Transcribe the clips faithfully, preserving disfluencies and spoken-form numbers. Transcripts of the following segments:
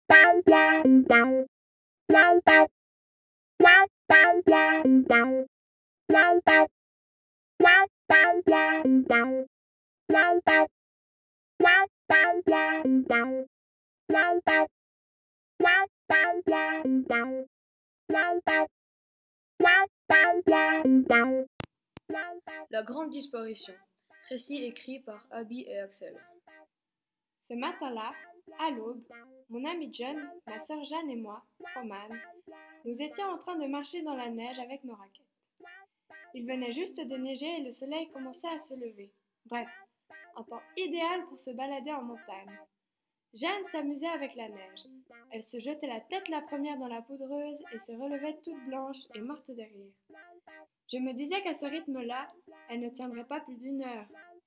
La grande disparition. Récit écrit par Abby et Axel. Ce matin-là, à l'aube, mon ami John, ma sœur Jeanne et moi, Roman, nous étions en train de marcher dans la neige avec nos raquettes. Il venait juste de neiger et le soleil commençait à se lever. Bref, un temps idéal pour se balader en montagne. Jeanne s'amusait avec la neige. Elle se jetait la tête la première dans la poudreuse et se relevait toute blanche et morte de rire. Je me disais qu'à ce rythme-là, elle ne tiendrait pas plus d'une heure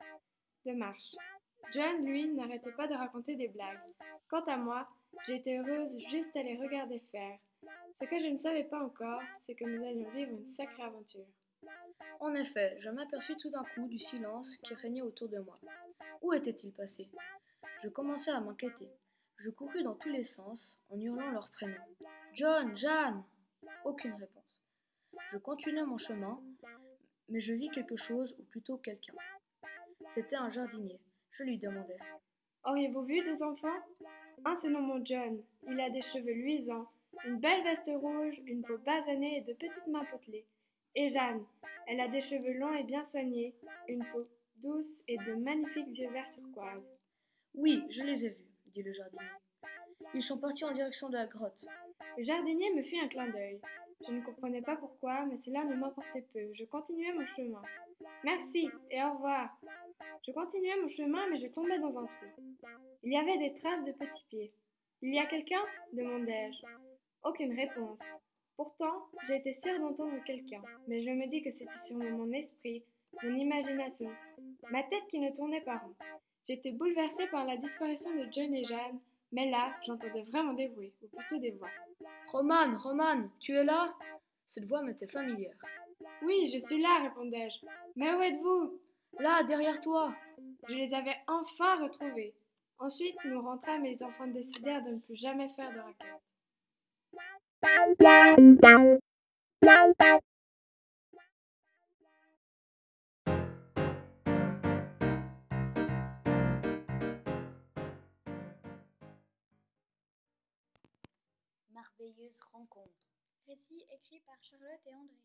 de marche. John, lui, n'arrêtait pas de raconter des blagues. Quant à moi, j'étais heureuse juste à les regarder faire. Ce que je ne savais pas encore, c'est que nous allions vivre une sacrée aventure. En effet, je m'aperçus tout d'un coup du silence qui régnait autour de moi. Où était-il passé ? Je commençai à m'inquiéter. Je courus dans tous les sens en hurlant leurs prénoms. John, Jeanne ! Aucune réponse. Je continuai mon chemin, mais je vis quelque chose, ou plutôt quelqu'un. C'était un jardinier. Je lui demandai. Auriez-vous vu deux enfants ? Un se nomme John. Il a des cheveux luisants, une belle veste rouge, une peau basanée et de petites mains potelées. Et Jeanne, elle a des cheveux longs et bien soignés, une peau douce et de magnifiques yeux verts turquoise. Oui, je les ai vus, dit le jardinier. Ils sont partis en direction de la grotte. Le jardinier me fit un clin d'œil. Je ne comprenais pas pourquoi, mais cela ne m'importait peu. Je continuai mon chemin. Merci et au revoir. Je continuais mon chemin, mais je tombais dans un trou. Il y avait des traces de petits pieds. Il y a quelqu'un ? demandai-je. Aucune réponse. Pourtant, j'étais sûre d'entendre quelqu'un, mais je me dis que c'était sûrement mon esprit, mon imagination, ma tête qui ne tournait pas rond. J'étais bouleversée par la disparition de John et Jeanne, mais là, j'entendais vraiment des bruits, ou plutôt des voix. Roman, Roman, tu es là ? Cette voix m'était familière. Oui, je suis là, répondai-je. Mais où êtes-vous ? Là, derrière toi. Je les avais enfin retrouvés. Ensuite, nous rentrâmes et les enfants décidèrent de ne plus jamais faire de raquettes. Merveilleuse rencontre. Récit écrit par Charlotte et André.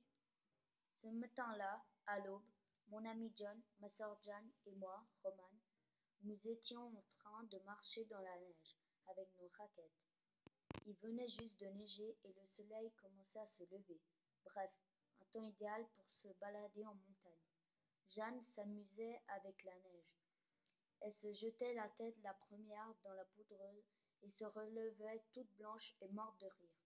Ce matin-là, à l'aube, mon ami John, ma sœur Jeanne et moi, Roman, nous étions en train de marcher dans la neige avec nos raquettes. Il venait juste de neiger et le soleil commençait à se lever. Bref, un temps idéal pour se balader en montagne. Jeanne s'amusait avec la neige. Elle se jetait la tête la première dans la poudreuse et se relevait toute blanche et morte de rire.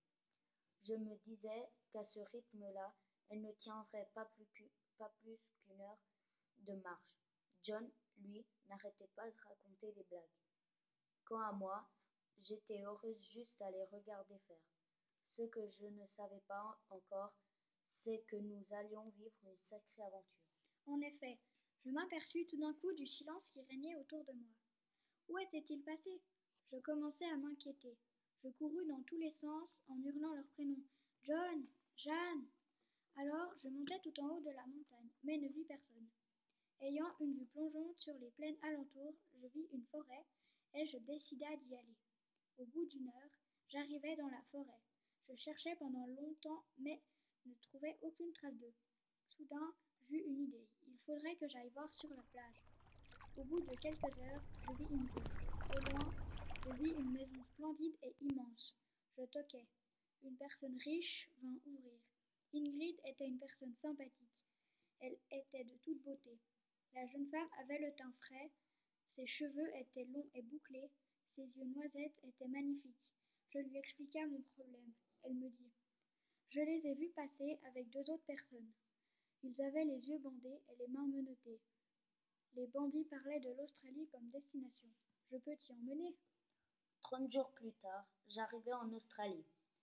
Je me disais qu'à ce rythme-là, elle ne tiendrait pas plus, qu'u- pas plus qu'une heure de marche. John, lui, n'arrêtait pas de raconter des blagues. Quant à moi, j'étais heureuse juste à les regarder faire. Ce que je ne savais pas encore, c'est que nous allions vivre une sacrée aventure. En effet, je m'aperçus tout d'un coup du silence qui régnait autour de moi. Où était-il passé ? Je commençai à m'inquiéter. Je courus dans tous les sens en hurlant leurs prénoms. John, Jeanne. Alors je montai tout en haut de la montagne, mais ne vis personne. Ayant une vue plongeante sur les plaines alentours, je vis une forêt et je décida d'y aller. Au bout d'une heure, j'arrivai dans la forêt. Je cherchai pendant longtemps, mais ne trouvai aucune trace d'eux. Soudain, j'eus une idée. Il faudrait que j'aille voir sur la plage. Au bout de quelques heures, je vis une rue. Au loin, je vis une maison splendide et immense. Je toquai. Une personne riche vint ouvrir. Ingrid était une personne sympathique. Elle était de toute beauté. La jeune femme avait le teint frais, ses cheveux étaient longs et bouclés, ses yeux noisettes étaient magnifiques. Je lui expliquai mon problème. Elle me dit « Je les ai vus passer avec deux autres personnes. Ils avaient les yeux bandés et les mains menottées. Les bandits parlaient de l'Australie comme destination. Je peux t'y emmener ?» Trente jours plus tard, j'arrivai en Australie.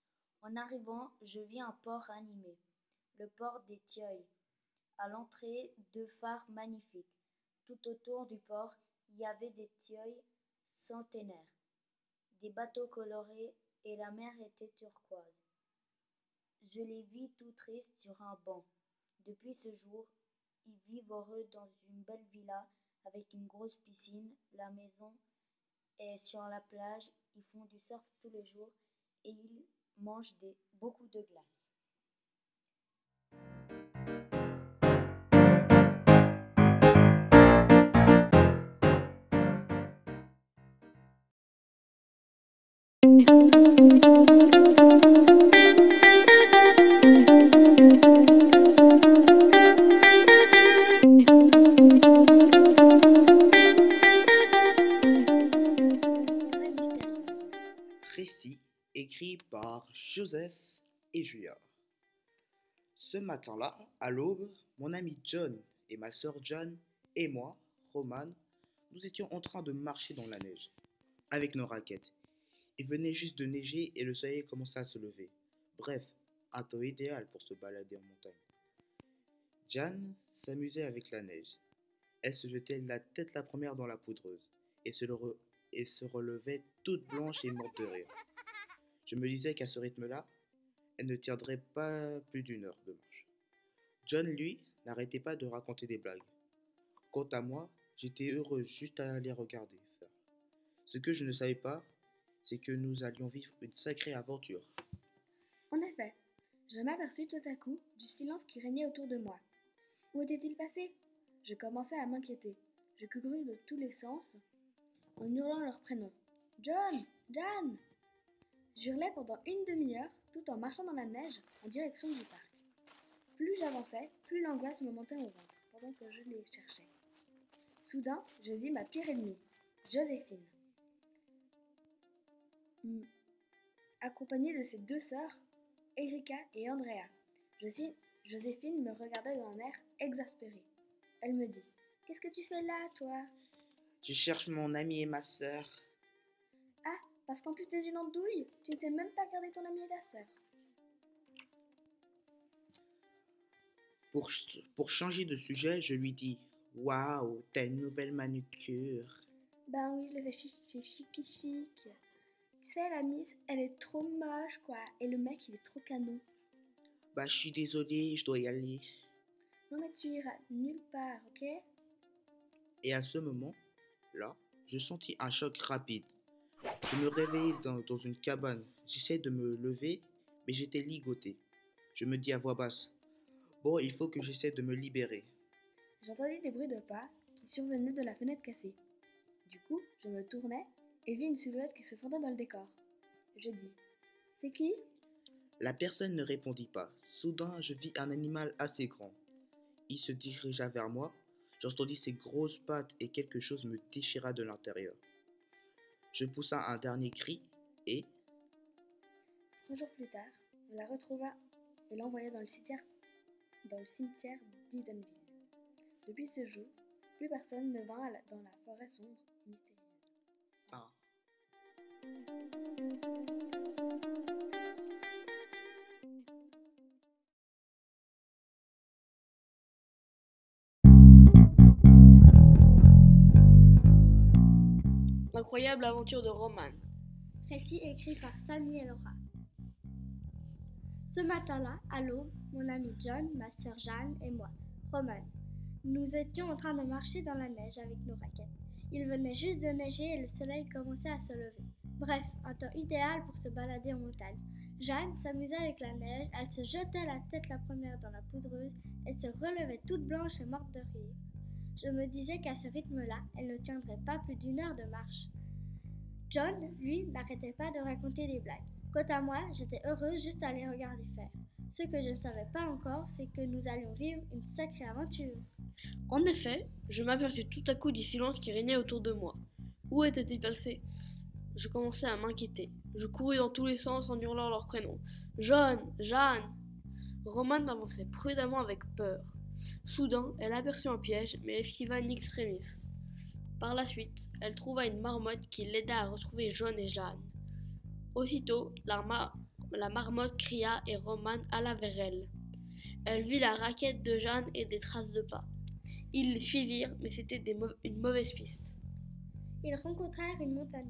En arrivant, je vis un port animé, le port des Tioïs. À l'entrée, deux phares magnifiques. Tout autour du port, il y avait des tioïs centenaires. des bateaux colorés et la mer était turquoise. Je les vis tout tristes sur un banc. Depuis ce jour, ils vivent heureux dans une belle villa avec une grosse piscine. La maison est sur la plage. Ils font du surf tous les jours et ils mangent des, beaucoup de glace. Forêt mystérieuse. Récit écrit par Joseph et Julia. Ce matin-là, à l'aube, mon ami John et ma sœur Jeanne et moi, Roman, nous étions en train de marcher dans la neige, avec nos raquettes. Il venait juste de neiger et le soleil commençait à se lever. Bref, un temps idéal pour se balader en montagne. Jeanne s'amusait avec la neige. Elle se jetait la tête la première dans la poudreuse et se, le re- et se relevait toute blanche et morte de rire. Je me disais qu'à ce rythme-là, elle ne tiendrait pas plus d'une heure de marche. John, lui, n'arrêtait pas de raconter des blagues. Quant à moi, j'étais heureux juste à les regarder faire. Ce que je ne savais pas, c'est que nous allions vivre une sacrée aventure. En effet, je m'aperçus tout à coup du silence qui régnait autour de moi. Où était-il passé? Je commençais à m'inquiéter. Je courus de tous les sens en hurlant leurs prénoms. John! Jan! J'hurlais pendant une demi-heure tout en marchant dans la neige en direction du parc. Plus j'avançais, plus l'angoisse me montait au ventre pendant que je les cherchais. Soudain, je vis ma pire ennemie, Joséphine, Hmm. accompagnée de ses deux sœurs, Erika et Andrea. Josi- Joséphine me regardait d'un air exaspéré. Elle me dit « Qu'est-ce que tu fais là, toi ?»« Je cherche mon ami et ma sœur. Ah, parce qu'en plus t'es une andouille, tu ne sais même pas garder ton ami et ta sœur. » Pour, ch- pour changer de sujet, je lui dis « Waouh, t'as une nouvelle manucure. Ben oui, je le fais chi- chez Chiqui Chic. Tu sais, la Miss, elle est trop moche, quoi. Et le mec, il est trop canon. Bah, je suis désolé, je dois y aller. » Non mais tu iras nulle part, ok? Et à ce moment-là, je sentis un choc rapide. Je me réveillais dans, dans une cabane. J'essayais de me lever, mais j'étais ligoté. Je me dis à voix basse « Bon, il faut que j'essaie de me libérer. » J'entendis des bruits de pas qui survenaient de la fenêtre cassée. Du coup, je me tournai et vis une silhouette qui se fondait dans le décor. Je dis « C'est qui ?» La personne ne répondit pas. Soudain, je vis un animal assez grand. Il se dirigea vers moi. J'entendis ses grosses pattes et quelque chose me déchira de l'intérieur. Je poussa un dernier cri et, Trois jours plus tard, on la retrouva et l'envoya dans le cimetière, dans le cimetière d'Edenville. Depuis ce jour, plus personne ne vint à la- dans la forêt sombre et mystérieuse. ah, L'incroyable aventure de Roman. Récit écrit par Samy et Laura. Ce matin-là, à l'aube, mon ami John, ma sœur Jeanne et moi, Roman, nous étions en train de marcher dans la neige avec nos raquettes. Il venait juste de neiger et le soleil commençait à se lever. Bref, un temps idéal pour se balader en montagne. Jeanne s'amusait avec la neige, elle se jetait la tête la première dans la poudreuse et se relevait toute blanche et morte de rire. Je me disais qu'à ce rythme-là, elle ne tiendrait pas plus d'une heure de marche. John, lui, n'arrêtait pas de raconter des blagues. Quant à moi, j'étais heureuse juste à les regarder faire. Ce que je ne savais pas encore, c'est que nous allions vivre une sacrée aventure. En effet, je m'aperçus tout à coup du silence qui régnait autour de moi. Où était-il passé? Je commençais à m'inquiéter. Je courus dans tous les sens en hurlant leurs prénoms. John, Jeanne. Romane avançait prudemment avec peur. Soudain, elle aperçut un piège, mais esquiva in extremis. Par la suite, elle trouva une marmotte qui l'aida à retrouver John et Jeanne. Aussitôt, la, mar- la marmotte cria et Romane alla vers elle. Elle vit la raquette de Jeanne et des traces de pas. Ils les suivirent, mais c'était des mau- une mauvaise piste. Ils rencontrèrent une montagnarde.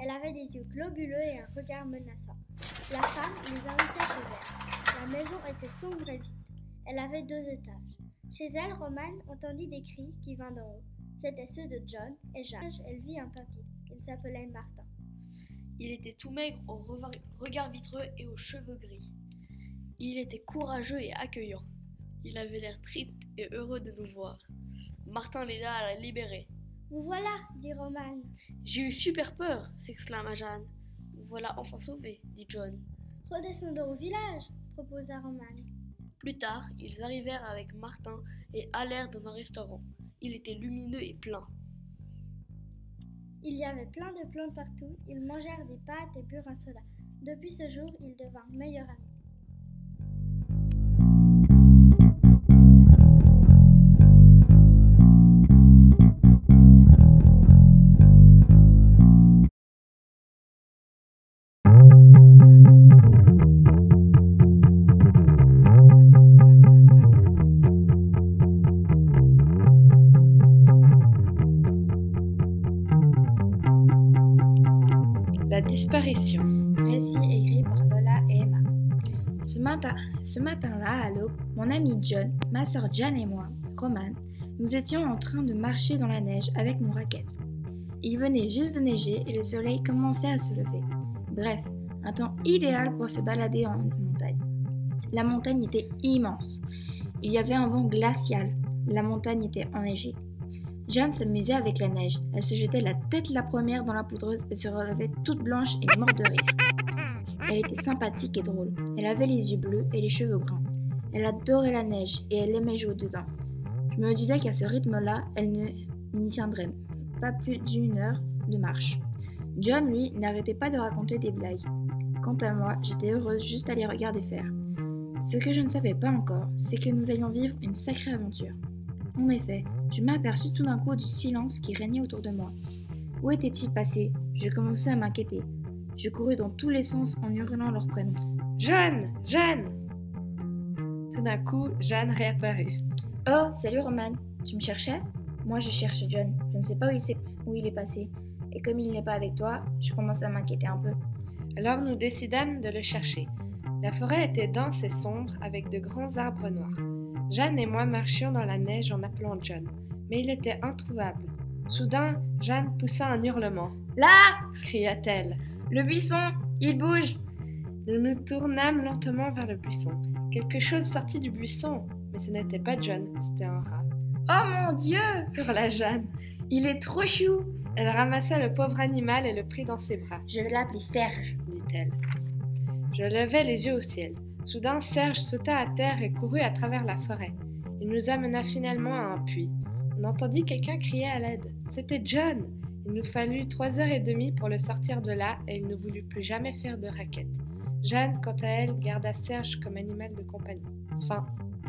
Elle avait des yeux globuleux et un regard menaçant. La femme les invitait chez elle. La maison était sombre et vide. Elle avait deux étages. Chez elle, Romane entendit des cris qui vinrent d'en haut. C'étaient ceux de John et Jeanne. Elle vit un papy. Il s'appelait Martin. Il était tout maigre, au regard vitreux et aux cheveux gris. Il était courageux et accueillant. Il avait l'air triste et heureux de nous voir. Martin l'aida à la libérer. « Vous voilà, dit Romane. »« J'ai eu super peur, s'exclama Jeanne. Nous voilà enfin sauvés, dit John. »« Redescendons au village, proposa Romane. » Plus tard, ils arrivèrent avec Martin et allèrent dans un restaurant. Il était lumineux et plein. Il y avait plein de plantes partout. Ils mangèrent des pâtes et burent un soda. Depuis ce jour, ils devinrent meilleurs amis. La disparition. Récit écrit par Lola et Emma. Ce matin, ce matin-là, à l'aube, mon ami John, ma sœur Jeanne et moi, Romane, nous étions en train de marcher dans la neige avec nos raquettes. Il venait juste de neiger et le soleil commençait à se lever. Bref, un temps idéal pour se balader en montagne. La montagne était immense. Il y avait un vent glacial. La montagne était enneigée. Jeanne s'amusait avec la neige. Elle se jetait la tête la première dans la poudreuse et se relevait toute blanche et morte de rire. Elle était sympathique et drôle. Elle avait les yeux bleus et les cheveux bruns. Elle adorait la neige et elle aimait jouer dedans. Je me disais qu'à ce rythme-là, elle ne n'y tiendrait pas plus d'une heure de marche. John, lui, n'arrêtait pas de raconter des blagues. Quant à moi, j'étais heureuse juste à les regarder faire. Ce que je ne savais pas encore, c'est que nous allions vivre une sacrée aventure. En effet, je m'aperçus tout d'un coup du silence qui régnait autour de moi. Où était-il passé ? Je commençais à m'inquiéter. Je courus dans tous les sens en hurlant leurs prénoms. « Jeanne ! Jeanne !» Tout d'un coup, Jeanne réapparut. « Oh, salut Romane, tu me cherchais ? Moi je cherche John, je ne sais pas où il, où il est passé. Et comme il n'est pas avec toi, je commence à m'inquiéter un peu. » Alors nous décidâmes de le chercher. La forêt était dense et sombre avec de grands arbres noirs. Jeanne et moi marchions dans la neige en appelant John, mais il était introuvable. Soudain, Jeanne poussa un hurlement. « Là !» cria-t-elle. « Le buisson, il bouge !» Nous nous tournâmes lentement vers le buisson. Quelque chose sortit du buisson, mais ce n'était pas John, c'était un rat. « Oh mon Dieu !» hurla Jeanne. « Il est trop chou !» Elle ramassa le pauvre animal et le prit dans ses bras. « Je vais l'appeler Serge, » dit-elle. Je levai les yeux au ciel. Soudain, Serge sauta à terre et courut à travers la forêt. Il nous amena finalement à un puits. On entendit quelqu'un crier à l'aide. C'était John. Il nous fallut trois heures et demie pour le sortir de là et il ne voulut plus jamais faire de raquettes. Jeanne, quant à elle, garda Serge comme animal de compagnie. Fin.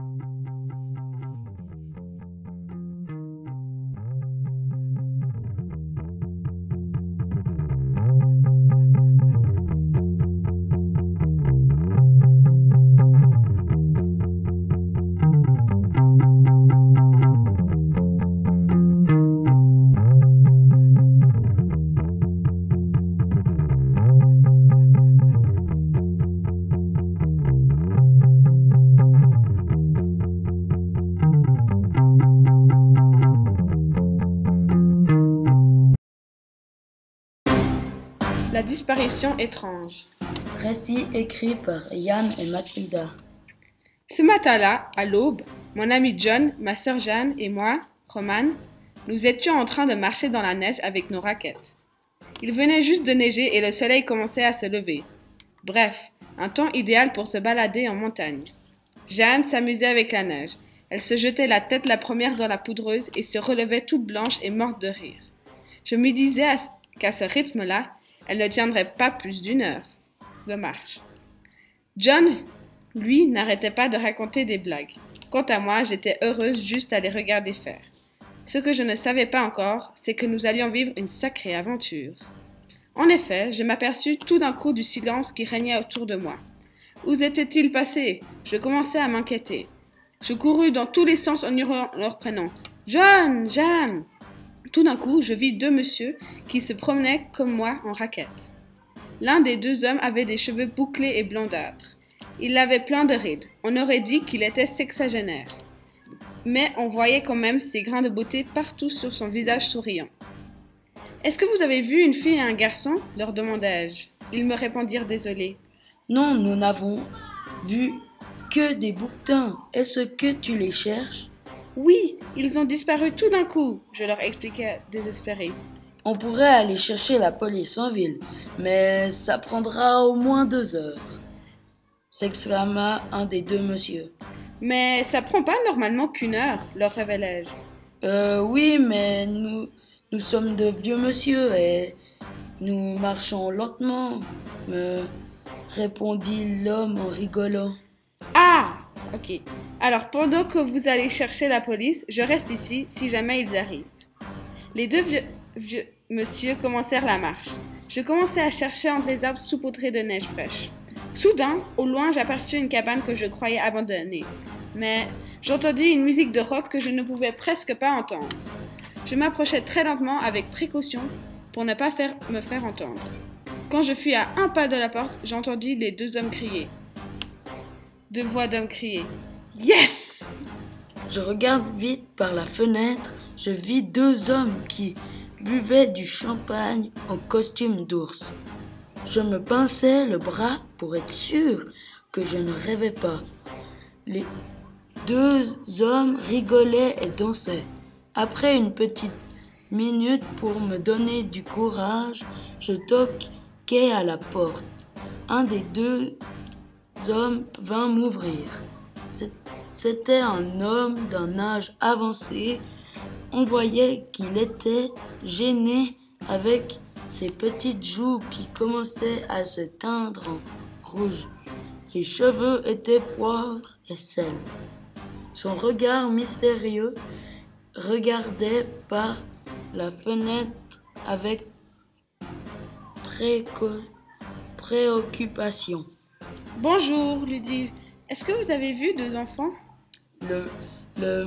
La disparition étrange. Récit écrit par Yann et Mathilda. Ce matin-là, à l'aube, mon ami John, ma sœur Jeanne et moi, Romane, nous étions en train de marcher dans la neige avec nos raquettes. Il venait juste de neiger et le soleil commençait à se lever. Bref, un temps idéal pour se balader en montagne. Jeanne s'amusait avec la neige. Elle se jetait la tête la première dans la poudreuse et se relevait toute blanche et morte de rire. Je me disais qu'à ce rythme-là, elle ne tiendrait pas plus d'une heure de marche. John, lui, n'arrêtait pas de raconter des blagues. Quant à moi, j'étais heureuse juste à les regarder faire. Ce que je ne savais pas encore, c'est que nous allions vivre une sacrée aventure. En effet, je m'aperçus tout d'un coup du silence qui régnait autour de moi. Où étaient-ils passés ? Je commençais à m'inquiéter. Je courus dans tous les sens en hurlant leurs prénoms. « John ! Jeanne !» tout d'un coup, je vis deux messieurs qui se promenaient comme moi en raquette. L'un des deux hommes avait des cheveux bouclés et blondâtres. Il avait plein de rides. On aurait dit qu'il était sexagénaire. Mais on voyait quand même ses grains de beauté partout sur son visage souriant. « Est-ce que vous avez vu une fille et un garçon ?» leur demandai-je. Ils me répondirent désolés. « Non, nous n'avons vu que des bouquetins. Est-ce que tu les cherches ?»« Oui, ils ont disparu tout d'un coup, » je leur expliquai désespéré. « On pourrait aller chercher la police en ville, mais ça prendra au moins deux heures, » s'exclama un des deux messieurs. « Mais ça prend pas normalement qu'une heure, » leur révélai-je. Euh, oui, mais nous, nous sommes de vieux monsieur et nous marchons lentement, me répondit l'homme en rigolant. Ah, ok. Alors pendant que vous allez chercher la police, je reste ici si jamais ils arrivent. Les deux vieux, vieux monsieur commencèrent la marche. Je commençai à chercher entre les arbres saupoudrés de neige fraîche. Soudain, au loin, j'aperçus une cabane que je croyais abandonnée. Mais j'entendis une musique de rock que je ne pouvais presque pas entendre. Je m'approchai très lentement avec précaution pour ne pas faire, me faire entendre. Quand je fus à un pas de la porte, j'entendis les deux hommes crier. Deux voix d'hommes crier. « Yes !» Je regarde vite par la fenêtre, je vis deux hommes qui buvaient du champagne en costume d'ours. Je me pinçais le bras pour être sûr que je ne rêvais pas. Les deux hommes rigolaient et dansaient. Après une petite minute pour me donner du courage, je toquai à la porte. Un des deux hommes vint m'ouvrir. C'était un homme d'un âge avancé. On voyait qu'il était gêné avec ses petites joues qui commençaient à se teindre en rouge. Ses cheveux étaient poivre et sel. Son regard mystérieux regardait par la fenêtre avec préco- préoccupation. « Bonjour, lui dis-je. Est-ce que vous avez vu deux enfants ?» Le, le,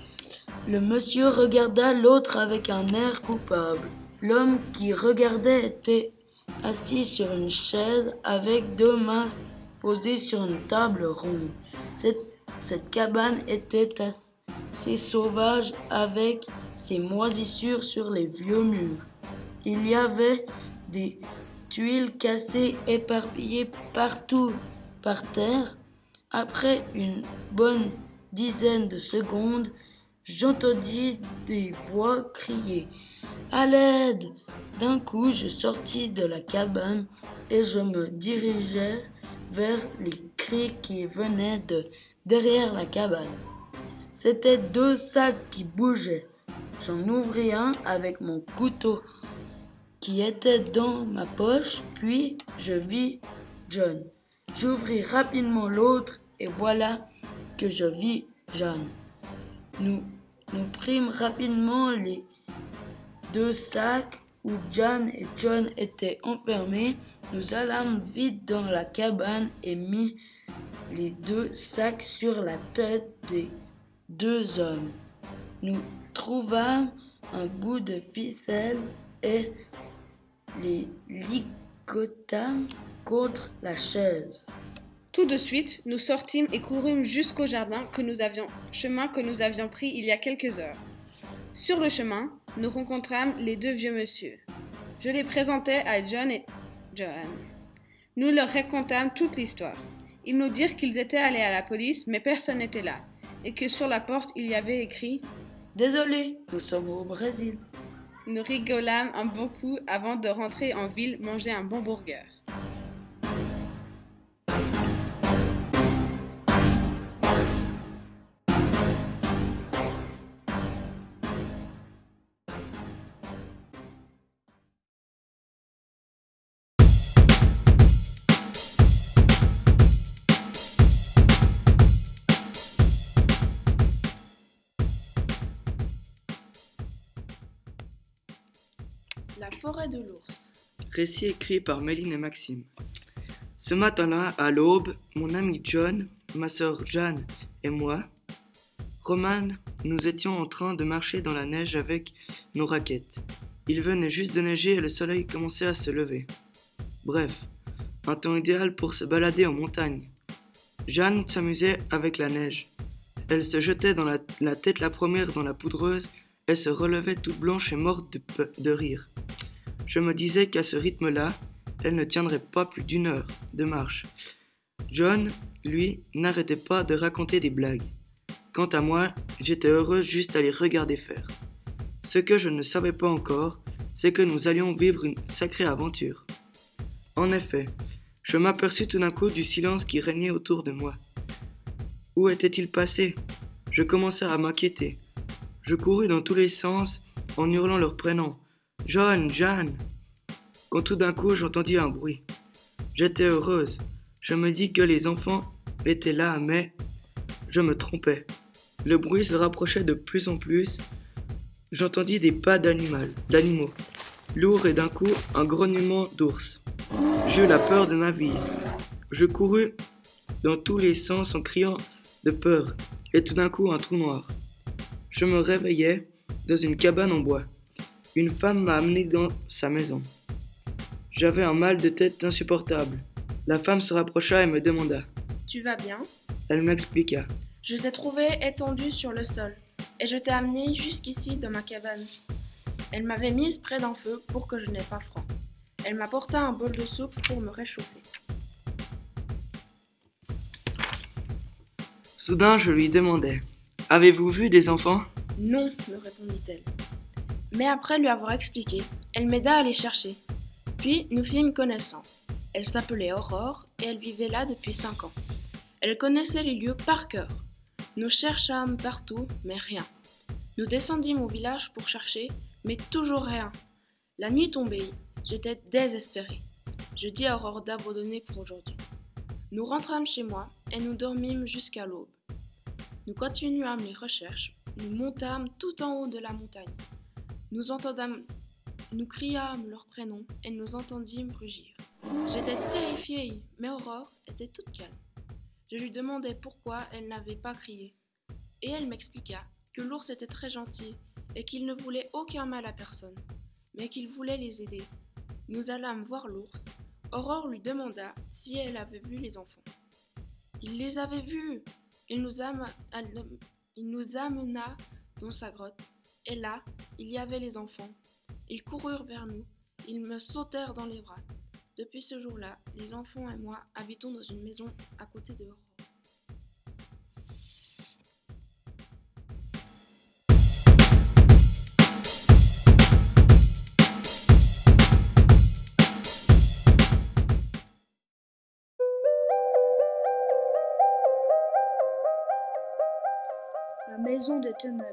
le monsieur regarda l'autre avec un air coupable. L'homme qui regardait était assis sur une chaise avec deux mains posées sur une table ronde. Cette, cette cabane était assez sauvage avec ses moisissures sur les vieux murs. Il y avait des tuiles cassées éparpillées partout par terre. Après une bonne dizaine de secondes, j'entendis des voix crier « À l'aide !» D'un coup, je sortis de la cabane et je me dirigeai vers les cris qui venaient de derrière la cabane. C'étaient deux sacs qui bougeaient. J'en ouvris un avec mon couteau qui était dans ma poche, puis je vis John. J'ouvris rapidement l'autre et voilà que je vis John. Nous, nous prîmes rapidement les deux sacs où John et John étaient enfermés. Nous allâmes vite dans la cabane et mis les deux sacs sur la tête des deux hommes. Nous trouvâmes un bout de ficelle et les ligotâmes contre la chaise. Tout de suite, nous sortîmes et courûmes jusqu'au jardin que nous avions, chemin que nous avions pris il y a quelques heures. Sur le chemin, nous rencontrâmes les deux vieux monsieur. Je les présentai à John et Johan. Nous leur racontâmes toute l'histoire. Ils nous dirent qu'ils étaient allés à la police, mais personne n'était là, et que sur la porte il y avait écrit « Désolé, nous sommes au Brésil ». Nous rigolâmes un bon coup avant de rentrer en ville manger un bon burger. La forêt de l'ours. Récit écrit par Méline et Maxime. Ce matin-là, à l'aube, mon ami John, ma sœur Jeanne et moi, Roman nous étions en train de marcher dans la neige avec nos raquettes. Il venait juste de neiger et le soleil commençait à se lever. Bref, un temps idéal pour se balader en montagne. Jeanne s'amusait avec la neige. Elle se jetait dans la, la tête la première dans la poudreuse, elle se relevait toute blanche et morte de, pe- de rire. Je me disais qu'à ce rythme-là, elle ne tiendrait pas plus d'une heure de marche. John, lui, n'arrêtait pas de raconter des blagues. Quant à moi, j'étais heureuse juste à les regarder faire. Ce que je ne savais pas encore, c'est que nous allions vivre une sacrée aventure. En effet, je m'aperçus tout d'un coup du silence qui régnait autour de moi. Où était-il passé ? Je commençai à m'inquiéter. Je courus dans tous les sens en hurlant leurs prénoms. John, Jeanne. Quand tout d'un coup j'entendis un bruit. J'étais heureuse. Je me dis que les enfants étaient là, mais je me trompais. Le bruit se rapprochait de plus en plus. J'entendis des pas d'animal, d'animaux, lourds et d'un coup un grognement d'ours. J'eus la peur de ma vie. Je courus dans tous les sens en criant de peur, et tout d'un coup un trou noir. Je me réveillai dans une cabane en bois. Une femme m'a amené dans sa maison. J'avais un mal de tête insupportable. La femme se rapprocha et me demanda. Tu vas bien ? Elle m'expliqua. Je t'ai trouvé étendue sur le sol et je t'ai amenée jusqu'ici dans ma cabane. Elle m'avait mise près d'un feu pour que je n'aie pas froid. Elle m'apporta un bol de soupe pour me réchauffer. Soudain, je lui demandai. Avez-vous vu des enfants ? Non, me répondit-elle. Mais après lui avoir expliqué, elle m'aida à les chercher. Puis nous fîmes connaissance. Elle s'appelait Aurore et elle vivait là depuis cinq ans. Elle connaissait les lieux par cœur. Nous cherchâmes partout, mais rien. Nous descendîmes au village pour chercher, mais toujours rien. La nuit tombait, j'étais désespérée. Je dis à Aurore d'abandonner pour aujourd'hui. Nous rentrâmes chez moi et nous dormîmes jusqu'à l'aube. Nous continuâmes les recherches, nous montâmes tout en haut de la montagne. Nous entendâmes, nous criâmes leurs prénoms et nous entendîmes rugir. J'étais terrifiée, mais Aurore était toute calme. Je lui demandai pourquoi elle n'avait pas crié. Et elle m'expliqua que l'ours était très gentil et qu'il ne voulait aucun mal à personne, mais qu'il voulait les aider. Nous allâmes voir l'ours. Aurore lui demanda si elle avait vu les enfants. Il les avait vus. Il nous, am- il nous amena dans sa grotte. Et là, il y avait les enfants. Ils coururent vers nous. Ils me sautèrent dans les bras. Depuis ce jour-là, les enfants et moi habitons dans une maison à côté de Aurore. La maison des ténèbres.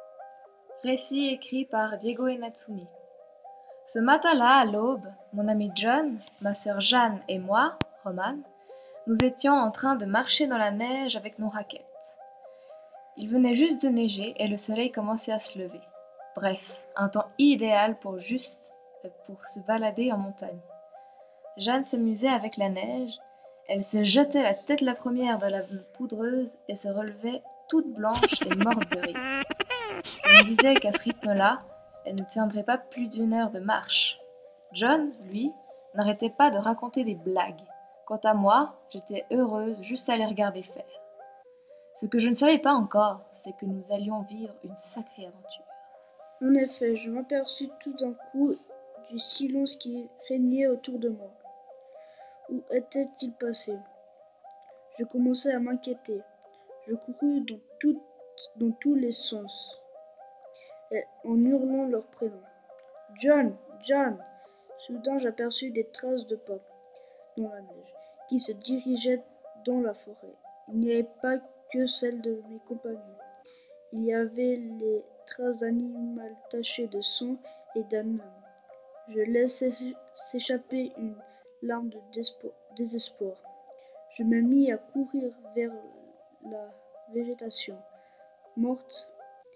Récit écrit par Diego Enatsumi. Ce matin-là, à l'aube, mon ami John, ma sœur Jeanne et moi, Roman, nous étions en train de marcher dans la neige avec nos raquettes. Il venait juste de neiger et le soleil commençait à se lever. Bref, un temps idéal pour juste pour se balader en montagne. Jeanne s'amusait avec la neige. Elle se jetait la tête la première dans la poudreuse et se relevait toute blanche et morte de rire. Je me disais qu'à ce rythme-là, elle ne tiendrait pas plus d'une heure de marche. John, lui, n'arrêtait pas de raconter des blagues. Quant à moi, j'étais heureuse juste à les regarder faire. Ce que je ne savais pas encore, c'est que nous allions vivre une sacrée aventure. En effet, je m'aperçus tout d'un coup du silence qui régnait autour de moi. Où était-il passé ? Je commençai à m'inquiéter. Je courus dans, tout, dans tous les sens, et en hurlant leurs prénoms. John, John. Soudain, j'aperçus des traces de pas dans la neige qui se dirigeaient dans la forêt. Il n'y avait pas que celles de mes compagnons. Il y avait les traces d'un animal taché de sang et d'un homme. Je laissai s'échapper une larme de désespoir. Je me mis à courir vers la végétation morte.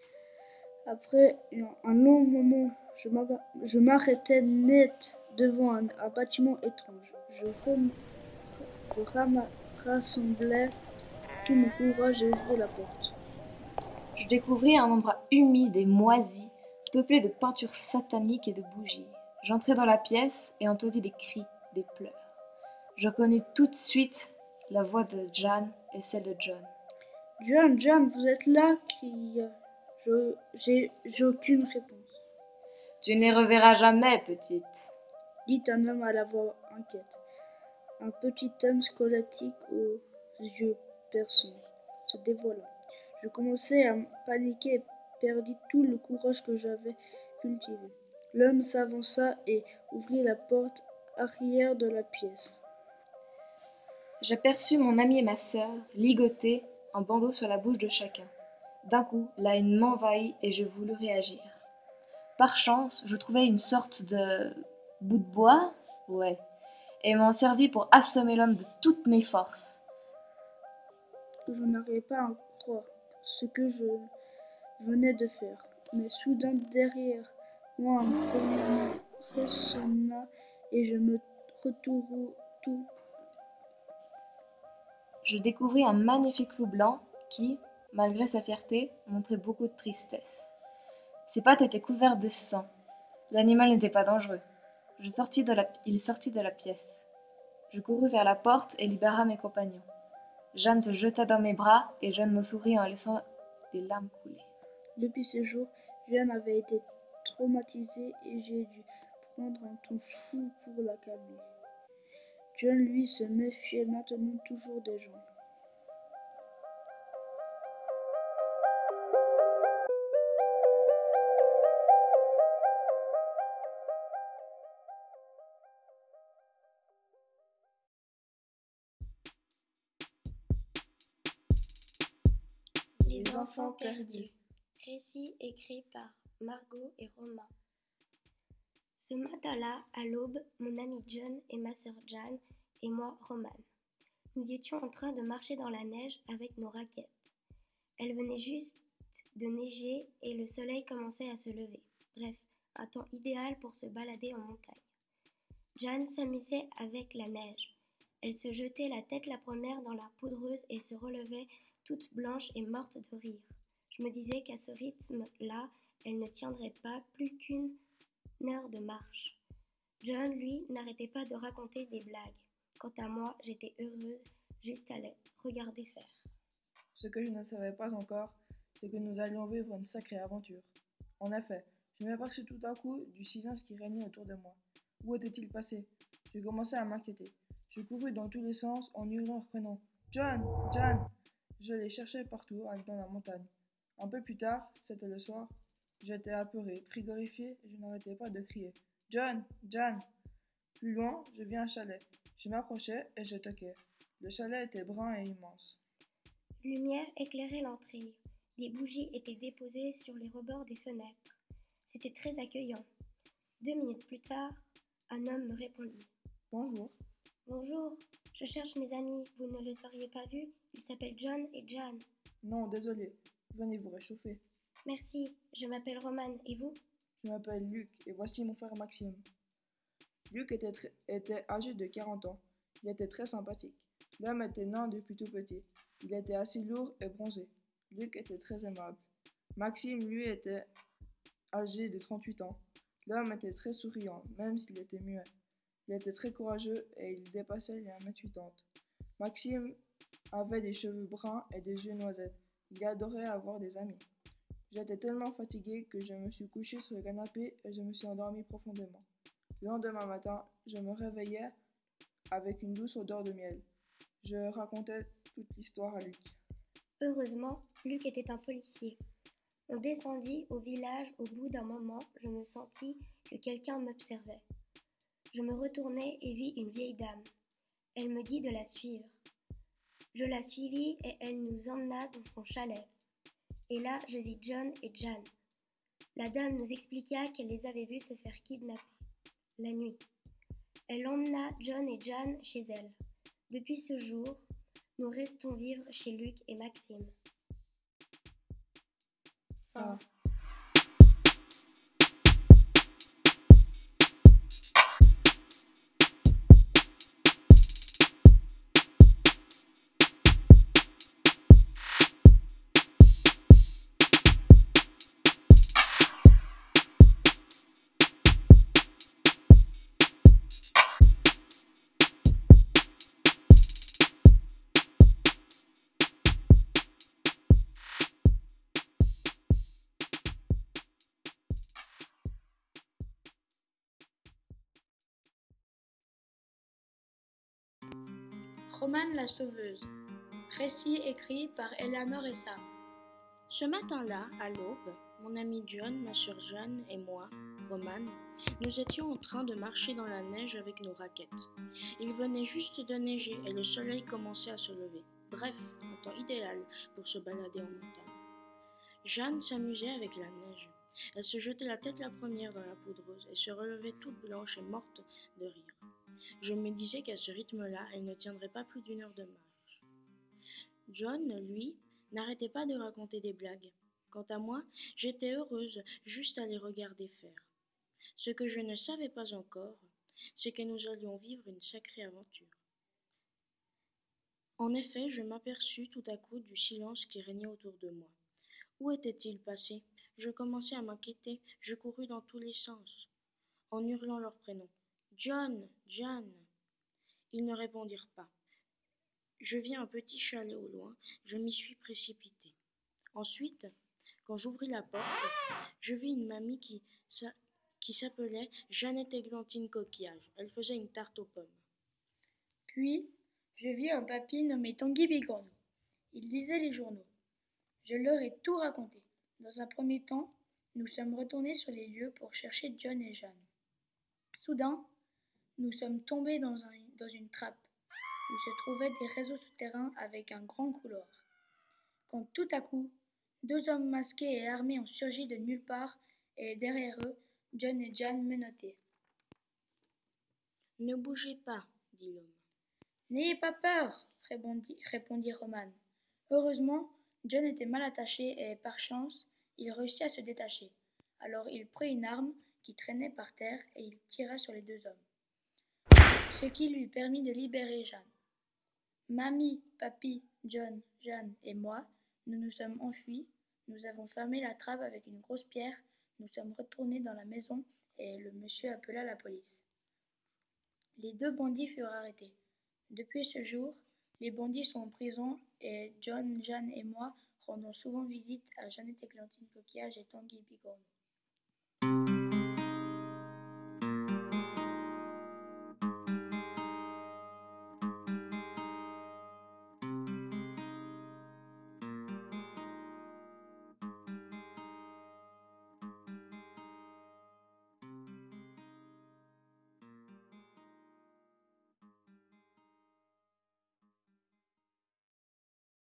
Après un long moment, je m'arrêtai net devant un, un bâtiment étrange. Je, rem, je rassemblai tout mon courage et ouvris la porte. Je découvris un endroit humide et moisi, peuplé de peintures sataniques et de bougies. J'entrai dans la pièce et entendis des cris, des pleurs. Je reconnus tout de suite la voix de Jan et celle de John. John, John, vous êtes là? Cria. Je, j'ai, j'ai aucune réponse. Tu ne les reverras jamais, petite, dit un homme à la voix inquiète. Un petit homme squelettique aux yeux perçants se dévoila. Je commençai à paniquer et perdis tout le courage que j'avais cultivé. L'homme s'avança et ouvrit la porte arrière de la pièce. J'aperçus mon ami et ma sœur ligotés, un bandeau sur la bouche de chacun. D'un coup, la haine m'envahit et je voulus réagir. Par chance, je trouvai une sorte de bout de bois, ouais, et m'en servis pour assommer l'homme de toutes mes forces. Je n'arrivais pas à croire ce que je venais de faire, mais soudain derrière moi un premier résonna et je me retourne tout. Je découvris un magnifique loup blanc qui, malgré sa fierté, montrait beaucoup de tristesse. Ses pattes étaient couvertes de sang. L'animal n'était pas dangereux. Je sortis de la... Il sortit de la pièce. Je courus vers la porte et libéra mes compagnons. Jeanne se jeta dans mes bras et John me sourit en laissant des larmes couler. Depuis ce jour, Jeanne avait été traumatisée et j'ai dû prendre un ton fou pour la calmer. John, lui, se méfiait maintenant toujours des gens. Les enfants perdus. Récit écrit par Margot et Romain. Ce matin-là, à l'aube, mon ami John et ma sœur Jeanne et moi, Roman, nous étions en train de marcher dans la neige avec nos raquettes. Elle venait juste de neiger et le soleil commençait à se lever. Bref, un temps idéal pour se balader en montagne. Jeanne s'amusait avec la neige. Elle se jetait la tête la première dans la poudreuse et se relevait toute blanche et morte de rire. Je me disais qu'à ce rythme-là, elle ne tiendrait pas plus qu'une heure de marche. John, lui, n'arrêtait pas de raconter des blagues. Quant à moi, j'étais heureuse juste à les regarder faire. Ce que je ne savais pas encore, c'est que nous allions vivre une sacrée aventure. En effet, je m'aperçus tout à coup du silence qui régnait autour de moi. Où était-il passé? Je commençais à m'inquiéter. Je courus dans tous les sens en hurlant leur prénom. John! John! Je les cherchais partout dans la montagne. Un peu plus tard, c'était le soir, j'étais apeuré, frigorifié et je n'arrêtais pas de crier. John! John! Plus loin, je vis un chalet. Je m'approchais et je toquais. Le chalet était brun et immense. Lumière éclairait l'entrée. Des bougies étaient déposées sur les rebords des fenêtres. C'était très accueillant. Deux minutes plus tard, un homme me répondit. Bonjour. Bonjour, je cherche mes amis. Vous ne les auriez pas vus? Ils s'appellent John et Jeanne. Non, désolé. Venez vous réchauffer. Merci, je m'appelle Roman. Et vous? Je m'appelle Luc et voici mon frère Maxime. Luc était, très, était âgé de quarante ans. Il était très sympathique. L'homme était nain depuis tout petit. Il était assez lourd et bronzé. Luc était très aimable. Maxime, lui, était âgé de trente-huit ans. L'homme était très souriant, même s'il était muet. Il était très courageux et il dépassait les un mètre quatre-vingt-dix. Maxime avait des cheveux bruns et des yeux noisettes. Il adorait avoir des amis. J'étais tellement fatigué que je me suis couché sur le canapé et je me suis endormi profondément. Le lendemain matin, je me réveillais avec une douce odeur de miel. Je racontais toute l'histoire à Luc. Heureusement, Luc était un policier. On descendit au village. Au bout d'un moment, je me sentis que quelqu'un m'observait. Je me retournai et vis une vieille dame. Elle me dit de la suivre. Je la suivis et elle nous emmena dans son chalet. Et là, je vis John et Jeanne. La dame nous expliqua qu'elle les avait vus se faire kidnapper la nuit. Elle emmena John et Jeanne chez elle. Depuis ce jour, nous restons vivre chez Luc et Maxime. Fin. Romane la sauveuse. Récit écrit par Eleanor et Sam. Ce matin-là, à l'aube, mon ami John, ma sœur Jeanne et moi, Romane, nous étions en train de marcher dans la neige avec nos raquettes. Il venait juste de neiger et le soleil commençait à se lever. Bref, un temps idéal pour se balader en montagne. Jeanne s'amusait avec la neige. Elle se jetait la tête la première dans la poudreuse et se relevait toute blanche et morte de rire. Je me disais qu'à ce rythme-là, elle ne tiendrait pas plus d'une heure de marche. John, lui, n'arrêtait pas de raconter des blagues. Quant à moi, j'étais heureuse juste à les regarder faire. Ce que je ne savais pas encore, c'est que nous allions vivre une sacrée aventure. En effet, je m'aperçus tout à coup du silence qui régnait autour de moi. Où était-il passé ? Je commençai à m'inquiéter, je courus dans tous les sens, en hurlant leurs prénoms. « John, John !» Ils ne répondirent pas. Je vis un petit chalet au loin, je m'y suis précipitée. Ensuite, quand j'ouvris la porte, je vis une mamie qui, sa- qui s'appelait Jeannette Églantine Coquillage. Elle faisait une tarte aux pommes. Puis, je vis un papy nommé Tanguy Bigorneau. Il lisait les journaux. Je leur ai tout raconté. Dans un premier temps, nous sommes retournés sur les lieux pour chercher John et Jeanne. Soudain, nous sommes tombés dans, un, dans une trappe où se trouvaient des réseaux souterrains avec un grand couloir. Quand tout à coup, deux hommes masqués et armés ont surgi de nulle part et derrière eux, John et Jeanne menottés. « Ne bougez pas, dit l'homme. « N'ayez pas peur, répondit, répondit Romane. Heureusement, John était mal attaché et, par chance, il réussit à se détacher. Alors il prit une arme qui traînait par terre et il tira sur les deux hommes, ce qui lui permit de libérer Jeanne. Mamie, papy, John, Jeanne et moi, nous nous sommes enfuis, nous avons fermé la trappe avec une grosse pierre, nous sommes retournés dans la maison et le monsieur appela la police. Les deux bandits furent arrêtés. Depuis ce jour, les bandits sont en prison et John, Jeanne et moi rendons souvent visite à Jeannette Églantine Coquillage et Tanguy Bigorneau.